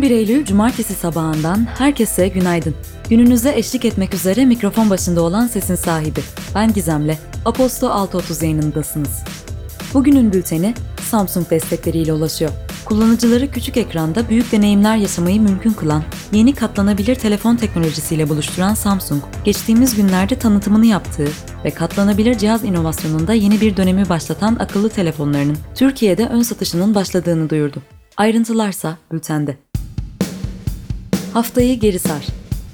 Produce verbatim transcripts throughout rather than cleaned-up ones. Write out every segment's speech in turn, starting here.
on bir Eylül Cumartesi sabahından herkese günaydın. Gününüze eşlik etmek üzere mikrofon başında olan sesin sahibi. Ben Gizem'le Aposto altı otuz yayınındasınız. Bugünün bülteni Samsung destekleriyle ulaşıyor. Kullanıcıları küçük ekranda büyük deneyimler yaşamayı mümkün kılan, yeni katlanabilir telefon teknolojisiyle buluşturan Samsung, geçtiğimiz günlerde tanıtımını yaptığı ve katlanabilir cihaz inovasyonunda yeni bir dönemi başlatan akıllı telefonlarının Türkiye'de ön satışının başladığını duyurdu. Ayrıntılarsa bültende. Haftayı geri sar.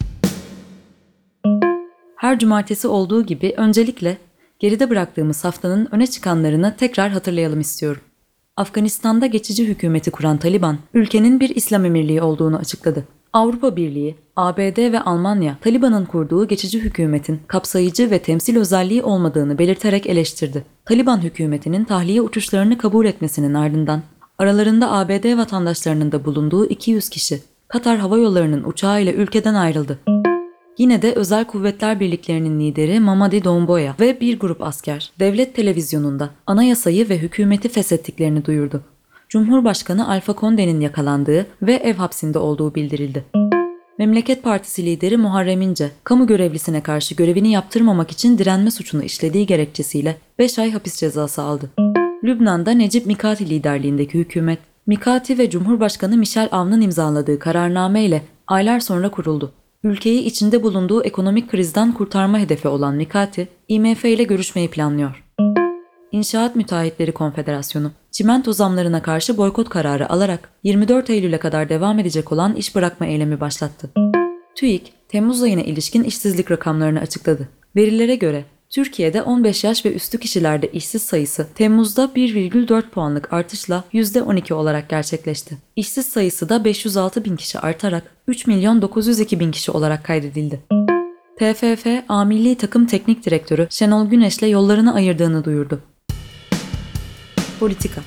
Her cumartesi olduğu gibi öncelikle geride bıraktığımız haftanın öne çıkanlarını tekrar hatırlayalım istiyorum. Afganistan'da geçici hükümeti kuran Taliban, ülkenin bir İslam emirliği olduğunu açıkladı. Avrupa Birliği, A B D ve Almanya, Taliban'ın kurduğu geçici hükümetin kapsayıcı ve temsil özelliği olmadığını belirterek eleştirdi. Taliban hükümetinin tahliye uçuşlarını kabul etmesinin ardından, aralarında A B D vatandaşlarının da bulunduğu iki yüz kişi, Katar Hava Yolları'nın uçağıyla ülkeden ayrıldı. Yine de Özel Kuvvetler Birliklerinin lideri Mamadi Doumbouya ve bir grup asker, devlet televizyonunda anayasayı ve hükümeti feshettiklerini duyurdu. Cumhurbaşkanı Alpha Conde'nin yakalandığı ve ev hapsinde olduğu bildirildi. Memleket Partisi lideri Muharrem İnce, kamu görevlisine karşı görevini yaptırmamak için direnme suçunu işlediği gerekçesiyle beş ay hapis cezası aldı. Lübnan'da Necip Mikati liderliğindeki hükümet, Mikati ve Cumhurbaşkanı Michel Aoun'un imzaladığı kararname ile aylar sonra kuruldu. Ülkeyi içinde bulunduğu ekonomik krizden kurtarma hedefi olan Mikati, I M F ile görüşmeyi planlıyor. İnşaat Müteahhitleri Konfederasyonu, çimento zamlarına karşı boykot kararı alarak yirmi dört Eylül'e kadar devam edecek olan iş bırakma eylemi başlattı. TÜİK, Temmuz ayına ilişkin işsizlik rakamlarını açıkladı. Verilere göre, Türkiye'de on beş yaş ve üstü kişilerde işsiz sayısı Temmuz'da bir virgül dört puanlık artışla yüzde on iki olarak gerçekleşti. İşsiz sayısı da beş yüz altı bin kişi artarak üç milyon dokuz yüz iki bin kişi olarak kaydedildi. T F F, A Milli Takım Teknik Direktörü Şenol Güneş'le yollarını ayırdığını duyurdu. Politika.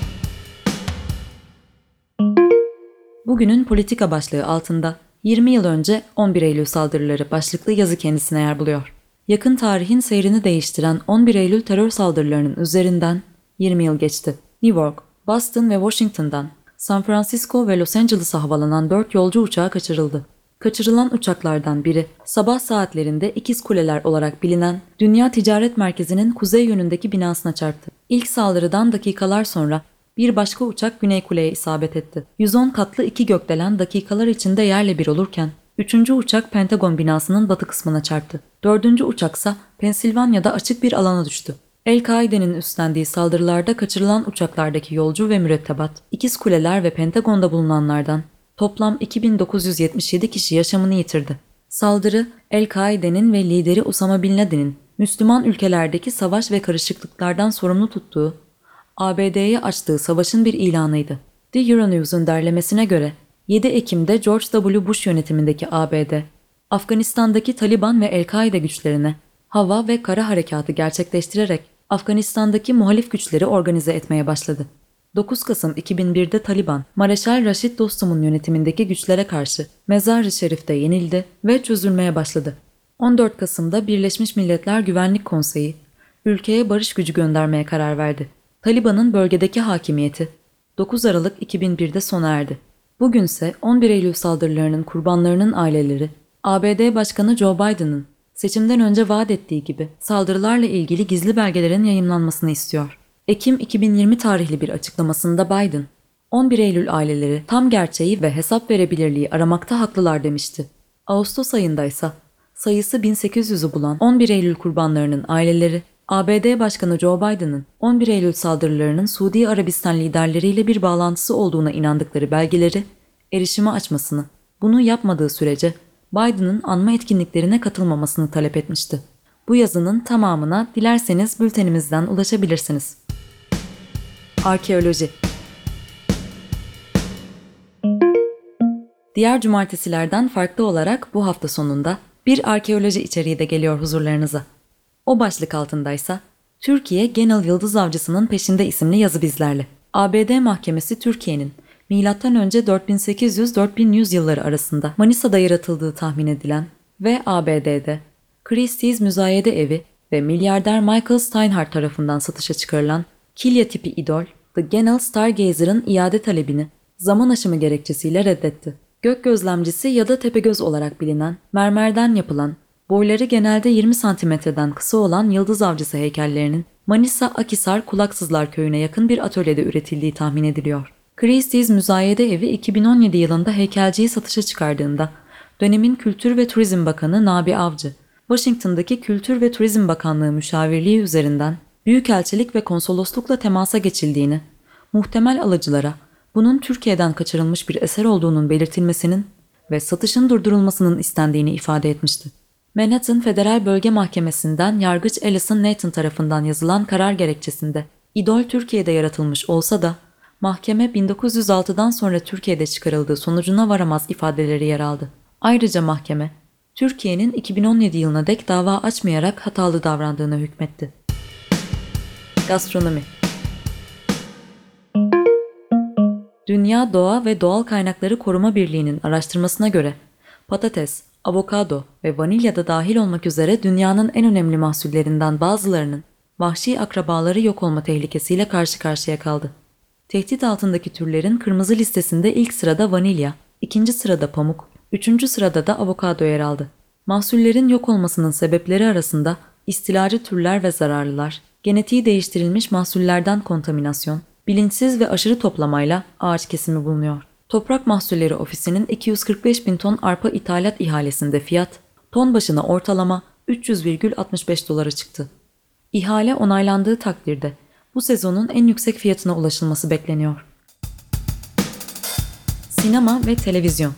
Bugünün politika başlığı altında yirmi yıl önce on bir Eylül saldırıları başlıklı yazı kendisine yer buluyor. Yakın tarihin seyrini değiştiren on bir Eylül terör saldırılarının üzerinden yirmi yıl geçti. New York, Boston ve Washington'dan San Francisco ve Los Angeles'a havalanan dört yolcu uçağı kaçırıldı. Kaçırılan uçaklardan biri sabah saatlerinde İkiz Kuleler olarak bilinen Dünya Ticaret Merkezi'nin kuzey yönündeki binasına çarptı. İlk saldırıdan dakikalar sonra bir başka uçak Güney Kule'ye isabet etti. yüz on katlı iki gökdelen dakikalar içinde yerle bir olurken üçüncü uçak Pentagon binasının batı kısmına çarptı. Dördüncü uçaksa Pensilvanya'da açık bir alana düştü. El-Kaide'nin üstlendiği saldırılarda kaçırılan uçaklardaki yolcu ve mürettebat, İkiz Kuleler ve Pentagon'da bulunanlardan toplam iki bin dokuz yüz yetmiş yedi kişi yaşamını yitirdi. Saldırı, El-Kaide'nin ve lideri Osama Bin Laden'in Müslüman ülkelerdeki savaş ve karışıklıklardan sorumlu tuttuğu, A B D'ye açtığı savaşın bir ilanıydı. The Euronews'un derlemesine göre yedi Ekim'de George W. Bush yönetimindeki A B D, Afganistan'daki Taliban ve El-Kaide güçlerine hava ve kara harekatı gerçekleştirerek Afganistan'daki muhalif güçleri organize etmeye başladı. dokuz Kasım iki bin bir'de Taliban, Mareşal Raşid Dostum'un yönetimindeki güçlere karşı Mezar-ı Şerif'te yenildi ve çözülmeye başladı. on dört Kasım'da Birleşmiş Milletler Güvenlik Konseyi, ülkeye barış gücü göndermeye karar verdi. Taliban'ın bölgedeki hakimiyeti dokuz Aralık iki bin bir'de sona erdi. Bugünse on bir Eylül saldırılarının kurbanlarının aileleri, A B D Başkanı Joe Biden'ın seçimden önce vaat ettiği gibi saldırılarla ilgili gizli belgelerin yayımlanmasını istiyor. Ekim iki bin yirmi tarihli bir açıklamasında Biden, on bir Eylül aileleri tam gerçeği ve hesap verebilirliği aramakta haklılar demişti. Ağustos ayında ise sayısı bin sekiz yüz'ü bulan on bir Eylül kurbanlarının aileleri, A B D Başkanı Joe Biden'ın on bir Eylül saldırılarının Suudi Arabistan liderleriyle bir bağlantısı olduğuna inandıkları belgeleri erişime açmasını, bunu yapmadığı sürece Biden'ın anma etkinliklerine katılmamasını talep etmişti. Bu yazının tamamına dilerseniz bültenimizden ulaşabilirsiniz. Arkeoloji. Diğer cumartesilerden farklı olarak bu hafta sonunda bir arkeoloji içeriği de geliyor huzurlarınıza. O başlık altındaysa Türkiye Genel Yıldız Avcısı'nın peşinde isimli yazı bizlerle. A B D Mahkemesi Türkiye'nin milattan önce dört bin sekiz yüz dört bin yüz yılları arasında Manisa'da yaratıldığı tahmin edilen ve A B D'de Christie's Müzayede Evi ve milyarder Michael Steinhardt tarafından satışa çıkarılan Kilya tipi idol The Genel Stargazer'ın iade talebini zaman aşımı gerekçesiyle reddetti. Gök gözlemcisi ya da tepegöz olarak bilinen, mermerden yapılan, boyları genelde yirmi santimetreden kısa olan yıldız avcısı heykellerinin Manisa Akhisar Kulaksızlar köyüne yakın bir atölyede üretildiği tahmin ediliyor. Christie's Müzayede Evi iki bin on yedi yılında heykelciyi satışa çıkardığında dönemin Kültür ve Turizm Bakanı Nabi Avcı, Washington'daki Kültür ve Turizm Bakanlığı müşavirliği üzerinden büyükelçilik ve konsoloslukla temasa geçildiğini, muhtemel alıcılara bunun Türkiye'den kaçırılmış bir eser olduğunun belirtilmesinin ve satışın durdurulmasının istendiğini ifade etmişti. Manhattan Federal Bölge Mahkemesi'nden yargıç Alison Nathan tarafından yazılan karar gerekçesinde idol Türkiye'de yaratılmış olsa da mahkeme bin dokuz yüz altıdan sonra Türkiye'de çıkarıldığı sonucuna varamaz ifadeleri yer aldı. Ayrıca mahkeme, Türkiye'nin iki bin on yedi yılına dek dava açmayarak hatalı davrandığına hükmetti. Gastronomi. Dünya Doğa ve Doğal Kaynakları Koruma Birliği'nin araştırmasına göre patates, avokado ve vanilya da dahil olmak üzere dünyanın en önemli mahsullerinden bazılarının vahşi akrabaları yok olma tehlikesiyle karşı karşıya kaldı. Tehdit altındaki türlerin kırmızı listesinde ilk sırada vanilya, ikinci sırada pamuk, üçüncü sırada da avokado yer aldı. Mahsullerin yok olmasının sebepleri arasında istilacı türler ve zararlılar, genetiği değiştirilmiş mahsullerden kontaminasyon, bilinçsiz ve aşırı toplamayla ağaç kesimi bulunuyor. Toprak Mahsulleri Ofisi'nin iki yüz kırk beş bin ton arpa ithalat ihalesinde fiyat, ton başına ortalama üç yüz virgül altmış beş dolara çıktı. İhale onaylandığı takdirde bu sezonun en yüksek fiyatına ulaşılması bekleniyor. Sinema ve televizyon.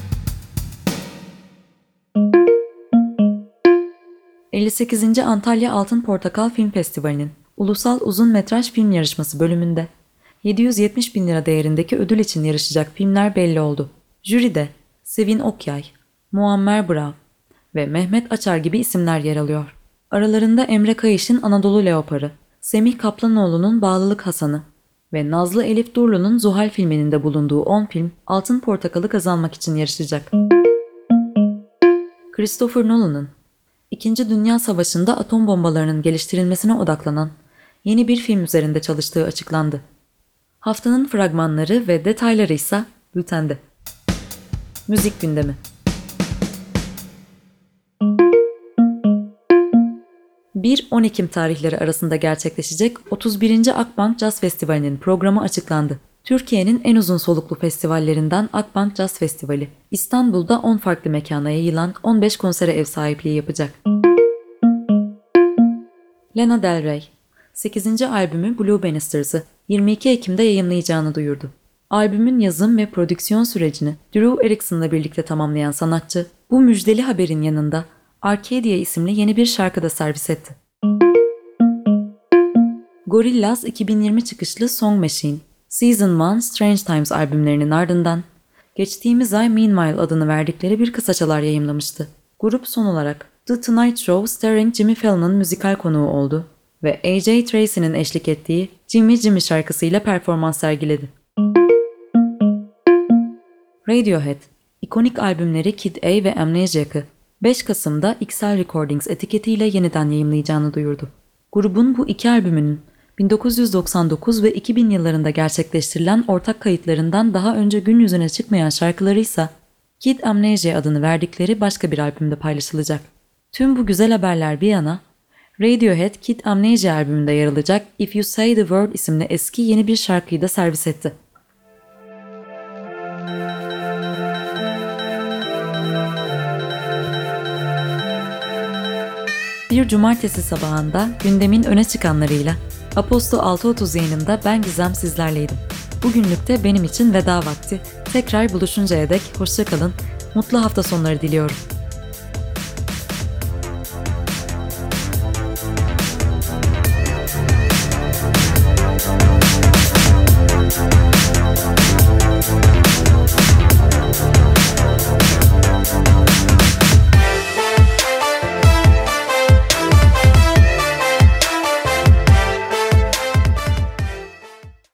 elli sekizinci Antalya Altın Portakal Film Festivali'nin Ulusal Uzun Metraj Film Yarışması bölümünde yedi yüz yetmiş bin lira değerindeki ödül için yarışacak filmler belli oldu. Jüride Sevin Okyay, Muammer Brav ve Mehmet Açar gibi isimler yer alıyor. Aralarında Emre Kayış'ın Anadolu Leoparı, Semih Kaplanoğlu'nun Bağlılık Hasan'ı ve Nazlı Elif Durlu'nun Zuhal filminin de bulunduğu on film Altın Portakal'ı kazanmak için yarışacak. Christopher Nolan'ın İkinci Dünya Savaşı'nda atom bombalarının geliştirilmesine odaklanan yeni bir film üzerinde çalıştığı açıklandı. Haftanın fragmanları ve detayları ise bültende. Müzik gündemi. bir on Ekim tarihleri arasında gerçekleşecek otuz birinci Akbank Jazz Festivali'nin programı açıklandı. Türkiye'nin en uzun soluklu festivallerinden Akbank Jazz Festivali, İstanbul'da on farklı mekana yayılan on beş konsere ev sahipliği yapacak. Lana Del Rey, sekizinci albümü Blue Bannisters'ı yirmi iki Ekim'de yayımlayacağını duyurdu. Albümün yazım ve prodüksiyon sürecini Drew Erickson'la birlikte tamamlayan sanatçı, bu müjdeli haberin yanında Arcadia isimli yeni bir şarkı da servis etti. Gorillaz iki bin yirmi çıkışlı Song Machine, Season bir, Strange Times albümlerinin ardından geçtiğimiz ay Meanwhile adını verdikleri bir kısaçalar yayımlamıştı. Grup son olarak The Tonight Show starring Jimmy Fallon'ın müzikal konuğu oldu ve A J Tracy'nin eşlik ettiği Jimmy Jimmy şarkısıyla performans sergiledi. Radiohead, ikonik albümleri Kid A ve Amnesiac'ı beş Kasım'da X L Recordings etiketiyle yeniden yayımlayacağını duyurdu. Grubun bu iki albümünün bin dokuz yüz doksan dokuz ve iki bin yıllarında gerçekleştirilen ortak kayıtlarından daha önce gün yüzüne çıkmayan şarkıları ise Kid Amnesia adını verdikleri başka bir albümde paylaşılacak. Tüm bu güzel haberler bir yana, Radiohead Kid Amnesia albümünde yer alacak If You Say The Word isimli eski yeni bir şarkıyı da servis etti. Bir cumartesi sabahında gündemin öne çıkanlarıyla Aposto altı otuz yayınında ben Gizem sizlerleydim. Bugünlük de benim için veda vakti. Tekrar buluşuncaya dek hoşça kalın, mutlu hafta sonları diliyorum.